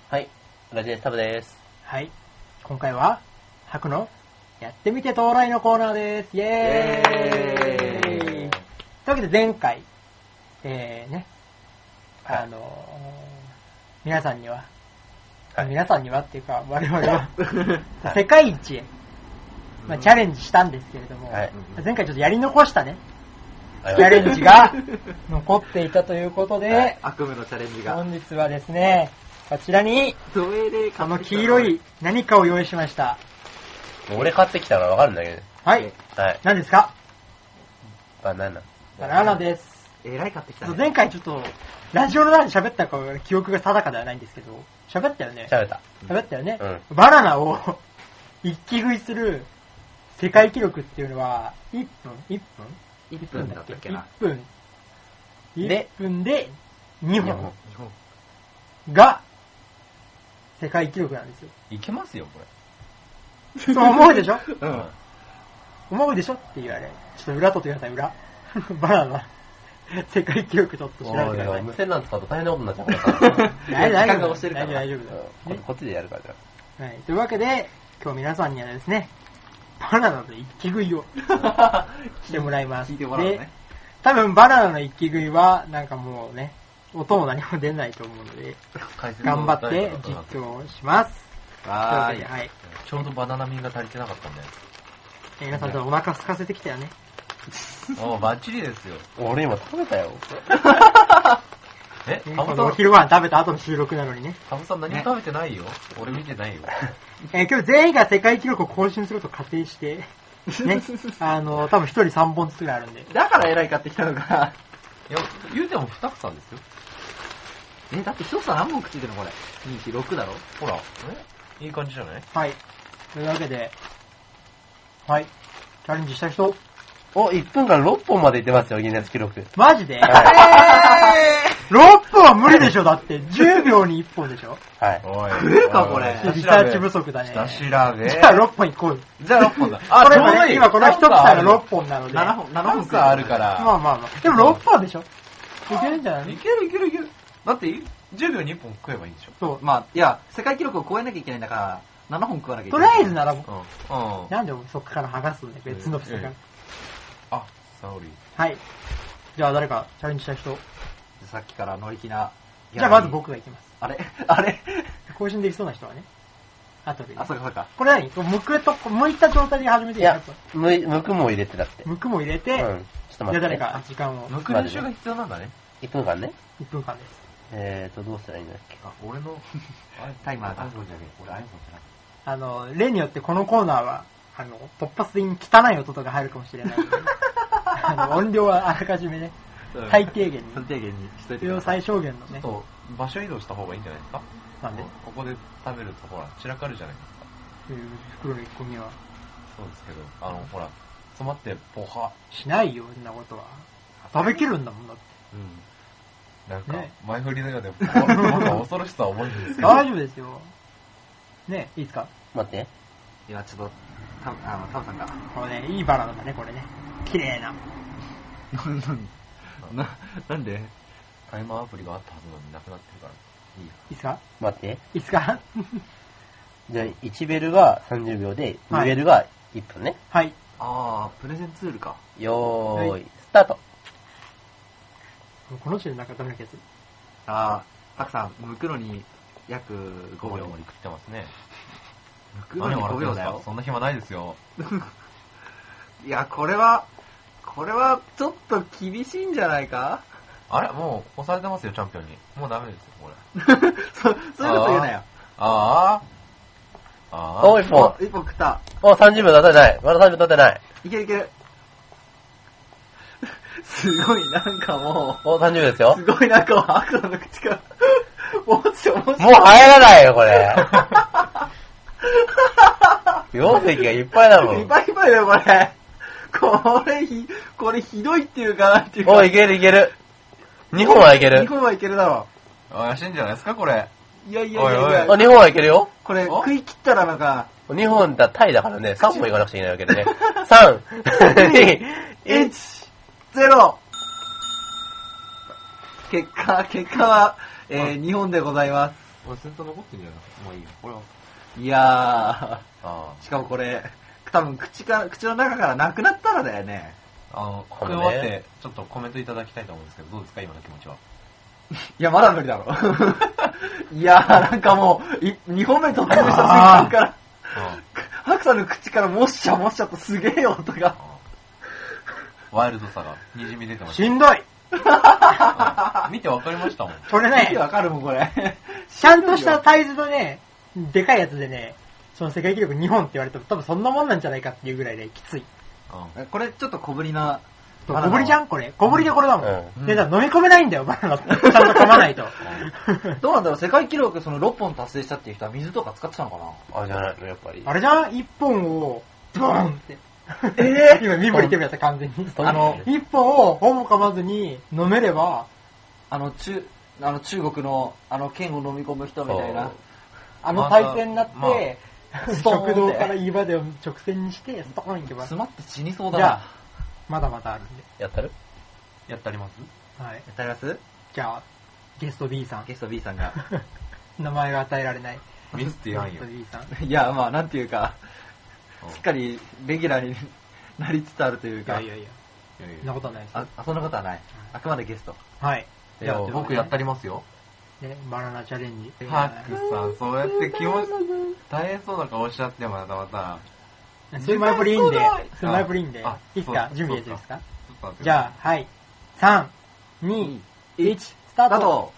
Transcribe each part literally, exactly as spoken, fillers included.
はい、ラジです。タブです。 はい、今回はハクのやってみて到来のコーナーです。イエーイ。というわけで前回、えーね、あのー、皆さんには、はい、皆さんにはっていうか我々は世界一へ、まあ、チャレンジしたんですけれども、はい、前回ちょっとやり残したね。チャレンジが残っていたということで、はい、 悪夢のチャレンジが本日はですね、こちらにこの黄色い何かを用意しました。 もう俺買ってきたからわかるんだけど。 はい。はい。何ですか？ バナナ。 バナナです。 えらい買ってきたね。 前回ちょっとラジオの中で喋ったか記憶が定かではないんですけど、喋ったよね。 喋った。 喋ったよね。うん、バナナを一気食いする世界記録っていうのはいっぷん ?いっぷんいっぷんだったっけな。 いっぷん。いっぷんでにほんが世界記録なんですよ。 いけますよ、これ。そう思うでしょ？ うん。 思うでしょって言われ。ちょっと裏取ってください、裏。バナナ。世界記録ちょっと調べてください。 無線なん使うと大変なことになっちゃうから。 大丈夫。 大丈夫。 大丈夫。 こっちでやるからじゃはい。というわけで、今日皆さんにはですね、バナナの一気食いをしてもらいます。 聞いてもらうね。 多分バナナの一気食いは、なんかもうね、音も何も出ないと思うので、頑張って実況します。 はーい。 はい。ちょうどバナナミが足りてなかったんだよ。 えー、皆さん、お腹空かせてきたよね。 おー、バッチリですよ。俺今食べたよ。 え、カブさんお昼ご飯食べた後の収録なのにね。 カブさん何も食べてないよ。俺見てないよ。 えー、今日全員が世界記録を更新すると仮定して、ね、あの、多分一人さんぼんずつぐらいあるんで。 だから偉い買ってきたのか。 いや、言うても二房ですよ。 え、だって一房何本口いてるのこれ。に、いち、ろくだろほら、えいい感じじゃない？ はい。というわけで、はい。チャレンジした人。 お、いっぷんかんろっぽんまでいってますよ、ギネス記録。 マジで？はい、えー、ろっぷんは無理でしょ、だって。じゅうびょうにいっぽんでしょ。 はい。 おい。食えるか、これ。 リサーチ不足だね。 下調べ。 じゃあろっぽんいこう。 じゃあろっぽんだ。 あ、これもね、今この一房がろっぽんなので。 ななほん、ななほんかあるから。 まあまあまあ。でもろっぽんでしょ。いけるんじゃないの？ いけるいけるいける。だって、じゅうびょうにいっぽん食えばいいんでしょ。 そう。 まあ、いや、世界記録を超えなきゃいけないんだから、ななほん食わなきゃいけない。 とりあえずならもう。 うん。 なんでそっから剥がすんだよ、別の房から。 あ、サオリー。 はい。じゃあ誰かチャレンジした人。 さっきから乗り気な。 じゃあまず僕がいきます。 あれあれ更新できそうな人はね。あとで。 あ、そうかそうか。 これ何むくと、むいた状態で始めていいやつ？ む、むくも入れてだって。 むくも入れて、うん。ちょっと待って。じゃあ誰か時間を。 むく練習が必要なんだね。いっぷんかんね。 いっぷんかんです。 えーと、どうしたらいいんだっけ。 あ、俺の、タイマーが。そうじゃねえ。俺 iPhone じゃなくて。 あの、例によってこのコーナーは、あの、突発的に汚い音とか入るかもしれないので、あの、音量はあらかじめね、最低限に。 最低限にしといて。 必要最小限のね。 ちょっと、場所移動した方がいいんじゃないですか？ なんで？ ここで食べると、ほら、散らかるじゃないですか。 そういう袋の一個目は。 そうですけど、あの、ほら、詰まって、ポハ。 しないよ、そんなことは。食べきるんだもんだって。 うん。なんか、ね、前振りのようで、なんか恐ろしさは重いんですけど。 大丈夫ですよ。ね、いいですか？ 待って。 いや、ちょっと、た、あの、タブさんが。 これね、いいバナナだね、これね。綺麗な。 な、なんでタイマーアプリがあったはずなのになくなってるから。いいよ。 いいっすか？ 待って。 いいっすか？ じゃあ、いちベルがさんじゅうびょうで、にベルがいっぷんね。 はい。 あー、プレゼンツールか。 よーい、はい、スタート。 この人でなんかダメなやつ。 あー、たくさん、剥くのに約ごびょう。 もり食ってますね。 剥くのにごびょうだよ。 そんな暇ないですよ。 いや、これは、これはちょっと厳しいんじゃないか？ あれもう押されてますよ、チャンピオンに。もうダメですよ、これ。 そ、そういうこと言うなよ。 ああ。ああ。お、一本。 一本食った。 お、さんじゅうびょう経ってない。まださんじゅうびょう経ってない。 いけるいける。すごい、なんかもう。お、さんじゅうびょうですよ。 すごい、なんか悪魔の口から。もうちょ、もうもう入らないよ、これ。容石がいっぱいだもん。 いっぱいいっぱいだよ、これ。これひ、これひどいっていうかなんていうか。 お、いけるいける。にほんはいける。 にほんはいけるだろ。 怪しいんじゃないですか、これ。 いやいやいやいや。 あ、にほんはいけるよ。 これ、食い切ったらなんか。 にほんだ、タイだからね、さんぼんいかなくちゃいけないわけでね。さん、に、いち、 ゼロ。結果、結果は、えー、にほんでございます。 俺先頭残ってんじゃないもういいよ。これは。 いやあー、しかもこれ、多分口から、口の中からなくなったらだよね。 あ。あの、これこれね終わって、ちょっとコメントいただきたいと思うんですけど、どうですか今の気持ちは。 いや、まだ無理だろ。いやー、なんかもう、いにほんめ突入した瞬間から、ハクさんの口からもっしゃもっしゃとすげえ音が。 ワイルドさがにじみ出てまししんどい。 た。見てわかりましたもん。 これ見てね、 わかるもん、これ。 ちゃんとしたサイズのね、でかいやつでね、その世界記録日本って言われても多分そんなもんなんじゃないかっていうぐらいできつい。 うん。 これちょっと小ぶりな。 小ぶりじゃんこれ。小ぶりでこれだもん。 うんで、だから飲み込めないんだよ、バナナって。ちゃんと噛まないと。 どうなんだろう、世界記録そのろっぽん達成したっていう人は水とか使ってたのかな。 あ、じゃないの、やっぱり。 あれじゃん一本を、ドーンって。 え今身振りてるやつ完全に。 あの一本をほぼ噛まずに飲めれば、 あの、中、あの中国の、あの剣を飲み込む人みたいな。 あの体勢になって、 まあ食堂から岩で直線にして、ストーンいけば。 詰まって死にそうだな。 じゃあ、まだまだあるんで。 やったるやってありますはい。 やってありますじゃあ、ゲスト B さん。 ゲスト B さんが。 名前が与えられない。 ミスってやんよゲスト。B さん。 いや、まあ、なんていうか、 うんすっかりレギュラーになりつつあるというか。 いやいやいや、 いやいやそんなことはないですよ。 あ、そんなことはない。あくまでゲスト。 はい。 いや、僕やったりますよ。 ね、バナナチャレンジ。 ハックさん、そうやって気持ち、大変そうな顔しちゃって、またまた。 そういう前振りいいんで時間少ない、 そういう前振りいいんであ、 いいっすかそう準備いいですかちょっと待ってじゃあ、はい。さん、に、いち、スタート。 だと、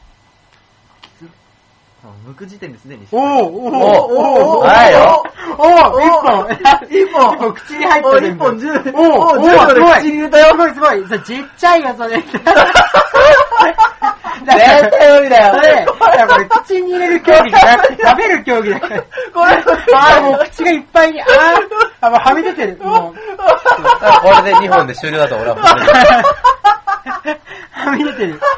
剥く時点ですでに。 おーおーおおーはいよおー一本一本一本口に入っておる。 一本十、 おーおおー十まで口に入れたよ。 すごいすごい。それちっちゃいよ、それ。絶絶対無理だよ。 それ、いやこれ口に入れる競技じゃなくて食べる競技だから。 これ、 あーもう口がいっぱいに、あー、あ、もうはみ出てる。もう、 これでにほんで終了だと俺は思ってる。 はみ出てる。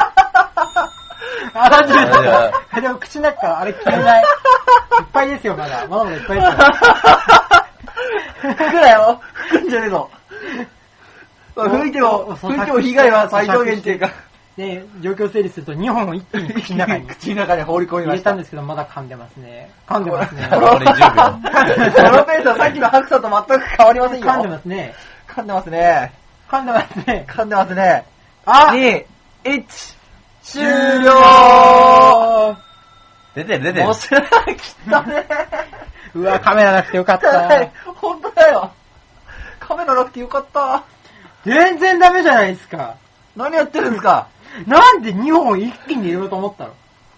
あ、大丈夫です。でも口の中からあれ消えない。いっぱいですよ、まだ。まだまだいっぱいですよ。 吹くなよ。吹くんじゃねえぞ。まあ吹いても、吹いても被害は最小限っていうか。 ね、状況整理するとにほんを一気に口の中に口の中に放り込み入ました。 れたんですけど、まだ噛んでますね。噛んでますね。 残りじゅうびょう。 このペースはさっきの白さと全く変わりませんよ。 噛んでますね。 噛んでますね。 噛んでますね。 噛んでますね。 あに、いち、終了出てる出てるもう。すら切ったね。 うわ、カメラなくてよかった。 本当だよ。カメラなくてよかった。 全然ダメじゃないですか。 何やってるんですか？ なんでにほん一気に入れようと思ったの？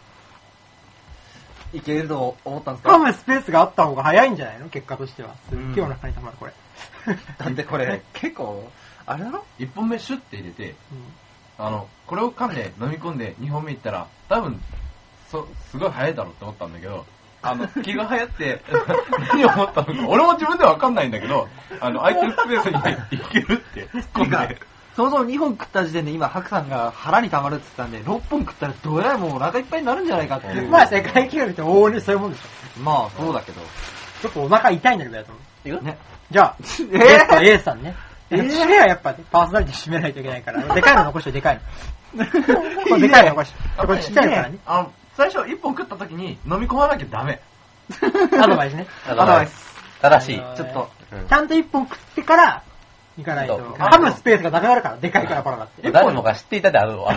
いけると思ったんですか？ 噛むスペースがあった方が早いんじゃないの？結果としては。すっげえお腹に溜まる、これ。 だってこれ、結構、あれだろ？ 一本目シュッて入れて、 うんあの、これを噛んで飲み込んでにほんめいったら、多分、そ、すごい早いだろうって思ったんだけど、あの、気が流行って、何を思ったのか、俺も自分ではわかんないんだけど、あの、空いてるスペースに入っていけるって突っ込んで、 そもそもにほん食った時点で今、ハクさんが腹に溜まるって言ったんで、ろっぽん食ったらどうやらもうお腹いっぱいになるんじゃないかっていう。 まあ世界記録って往々にそういうもんでしょ。 まあ、そうだけど。 ちょっとお腹痛いんだけどやと思う。 いくね。 じゃあ、 えゲスト A さんね。 えー締めはやっぱパーソナリティ締めないといけないから、でかいの残してでかいの。これでかいの残して。これちっちゃいのからね。 あの、最初一本食った時に飲み込まなきゃダメ。 アドバイスね。 アドバイス。正しい。 あのちょっと、 うんちゃんと一本食ってから、行かないと。 そう噛むスペースがなくなるから、でかいからパラだって。 誰もが知っていたであるわ。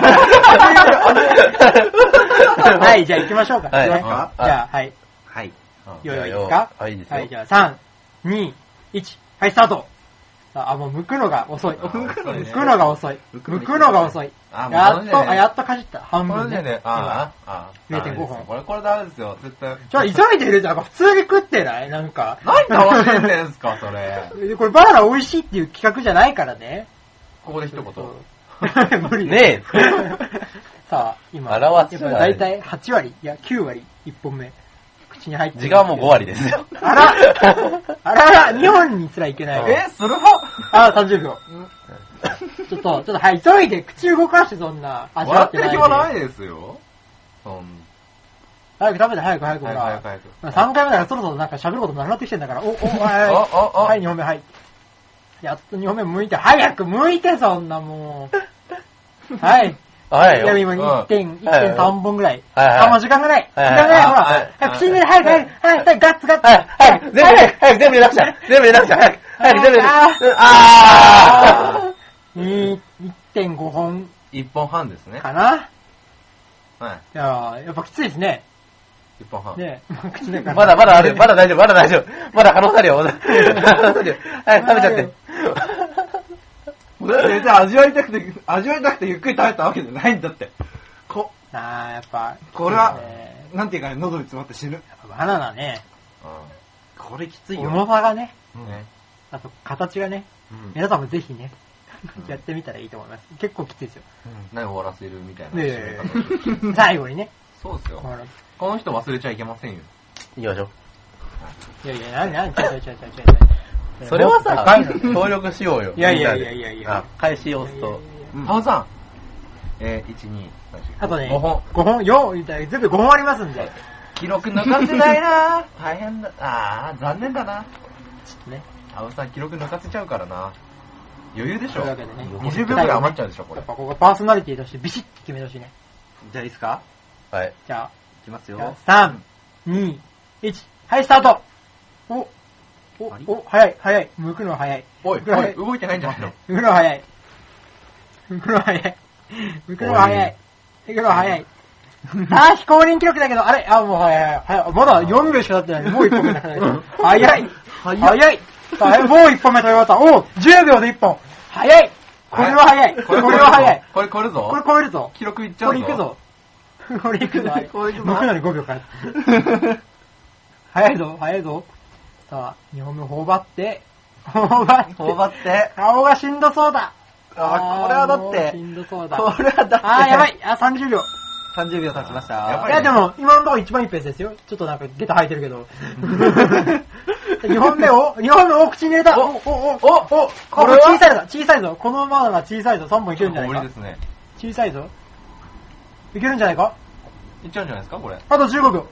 はい、じゃあ行きましょうか。 はいねあじゃあ、はい。 はい。 よいよいですかはい、いいですよ。 はい、じゃあさん、に、いち、はい、スタート。さあ、もう剥くのが遅い。 あ剥遅いねくのが遅い。 剥くの剥くのが遅い。 あもうやっと、 この時点であ、やっとかじった。半分ねこれでね、。ああ、ああ。 れいてんごほんこれ、これダメですよ、絶対。 ちょ、急いで入れたら普通に食ってないなんか。 何楽しんでんすか、それ。 これバナナ美味しいっていう企画じゃないからね。 ここで一言。 無理ねえ。 さあ、今、 表しやっぱだいたいはちわり、いやきゅうわり、いっぽんめ。口に入ってる時間もごわりですよ。 あらあらら、にほんにすらいけない。 え、する派あ、さんじゅうびょう。ちょっと、ちょっと、はい、急いで口動かしてそんな、味わ笑っててっないで。 る暇ないですよ。そん早く食べて、早く早く、ほ早くら。 早く早く。 さんかいめだからそろそろなんか喋ることなくなってきてんだから、お、お、はい、 あああはい、にほんめ、はい。やっとにほんめ向いて、早く向いて、そんなもう。はい。 早いよ。 いや、今いってんさんぼんぐらい。 はいはいあ、もう時間がない。時はいはい間がない。ほら。 はい早く口に入れ、早く、早く、早く、早く、ガッツガッツ。 はい、早く、全部入れ、早く全部入れなくちゃ。全部入れなくちゃ。早く、早く全部入れ。あーに、いってんごほんいっぽんはんですね。 かな。 はい。 いやー、やっぱきついですね。 いっぽんはん。 ねえ、口だから。 まだまだある。まだ大丈夫。まだ大丈夫。まだ可能性あるよ。まだ可能性あるよ。はい、食べちゃって。 全然味わいたくて、味わいたくてゆっくり食べたわけじゃないんだって。こ、 あー、やっぱ。 これはね、 なんていうかね、喉に詰まって死ぬ。 やっぱバナナね、 これきついよ。 重さがね、 うん。ね。 あと形がね、 うん。 皆さんもぜひね、 うんやってみたらいいと思います。結構きついですよ。 何終わらせるみたいな。 ねえ、最後にね、 そうですよこ。のこの人忘れちゃいけませんよ。 行きましょいやいや、なになに、ちょいちょいちょいちょいちょい。 う。それはさ深いの、 協力しようよ。 いやいやいやいやいやあ、開始押すと。 タオさん。えー、いち、に、さん、よん、 あとね、 ごほん。 ごほん、よん、みたいな全部ごほんありますんで、 記録抜かせないな大変だ。あー、残念だな。 ね。 タオさん記録抜かせちゃうからな。余裕でしょ。 というわけでね、 にじゅうびょうぐらい余っちゃうでしょ、これやっ。ぱここパーソナリティとしてビシッと決めてほしいね。 じゃあいいですかはい。 じゃいきますあ、じゃあよ。 さん、に、いち、はい、スタート。お、おあれ、 お、早い、早い。剥くの早い。 おい、 剥くの早い。 おい、動いてないんじゃないの剥くの早い。剥くの早い。剥くの早い。剥くの早い。あー、非公認記録だけど、あれあ、もう早い、早い、早い。まだよんびょうしか経ってない。もういっぽんめだから。早い。 早い早い。早い。もういっぽんめ取り終わった。おじゅうびょうでいっぽん。早い。これは早い。これは早い。 これ超えるぞ。 これ超えるぞ。 記録いっちゃうぞ。 これいくぞ。これいくぞ。 これいくぞ剥くのにごびょうかかる。早いぞ、早いぞ。さあ、にほんめ頬張って、頬張って、 頬張って。 顔がしんどそうだ。 あー、これはだっもうてし、んどそうだ。 これはだって、 あー、やばい。あ、さんじゅうびょう。 さんじゅうびょう経ちました。 やっぱりいや、でも、今のところ一番いいペースですよ。ちょっとなんか、下駄履いてるけど。にほんめを、にほんめを口に入れた。お、お、お、お、お、これ小さいぞ、小さいぞ。このままが小さいぞ。さんぼんいけるんじゃないか終わりですね。 小さいぞ。いけるんじゃないかいっちゃうんじゃないですか、これ。 あとじゅうごびょう。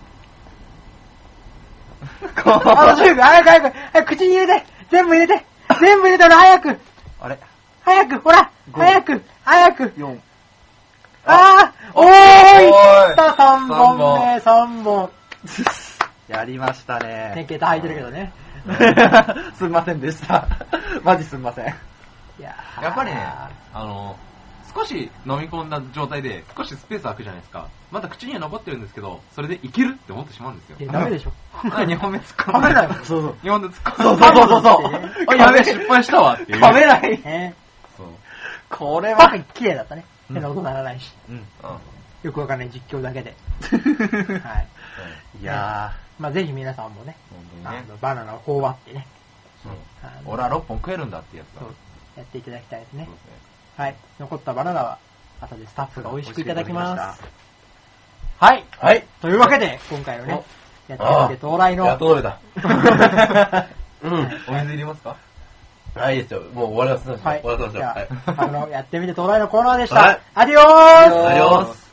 あとじゅうびょう。早く早く。早く口に入れて。全部入れて。全部入れたら早く。 あれ早く、ほら。早く、早く。 よん。 あー、おーいおーいったさんぼんめ、さんぼん。 やりましたね、 ね。 下駄履いてるけどね。 すんませんでした。マジすんません。 いやーやっぱりね、あの、少し飲み込んだ状態で少しスペース空くじゃないですか。まだ口には残ってるんですけど、それでいけるって思ってしまうんですよ。 いやダメでしょ。 あ、にほんめ突っ込噛めないそうそう。 にほんで突っ込そうんだ。 そうそうそう。 あ、やべえ、失敗したわっていう。 噛めない。 ねそう。 これはバカ。綺麗だったね。変な音ならないし。 うん。 うん。 よくわかんない実況だけで。はい。 いやまあぜひ皆さんもね、あ本当にね。 のバナナを頬張ってね、 そうあの俺はろっぽん食えるんだってやつだ。 そうやっていただきたいですねそう。ですね。 はい。残ったバナナは、後でスタッフが美味しくいただきま美味しす。はい。 ー。はい。 というわけで、今回のね、やってみて到来の、 やっと飲めた。うん。 お水いりますか？ はい、いいですよ。もう終わらせましょう。 はい。 終わらせましょう。 じゃはい。 あ、あの、やってみて到来のコーナーでした。 はいアディオースアディオス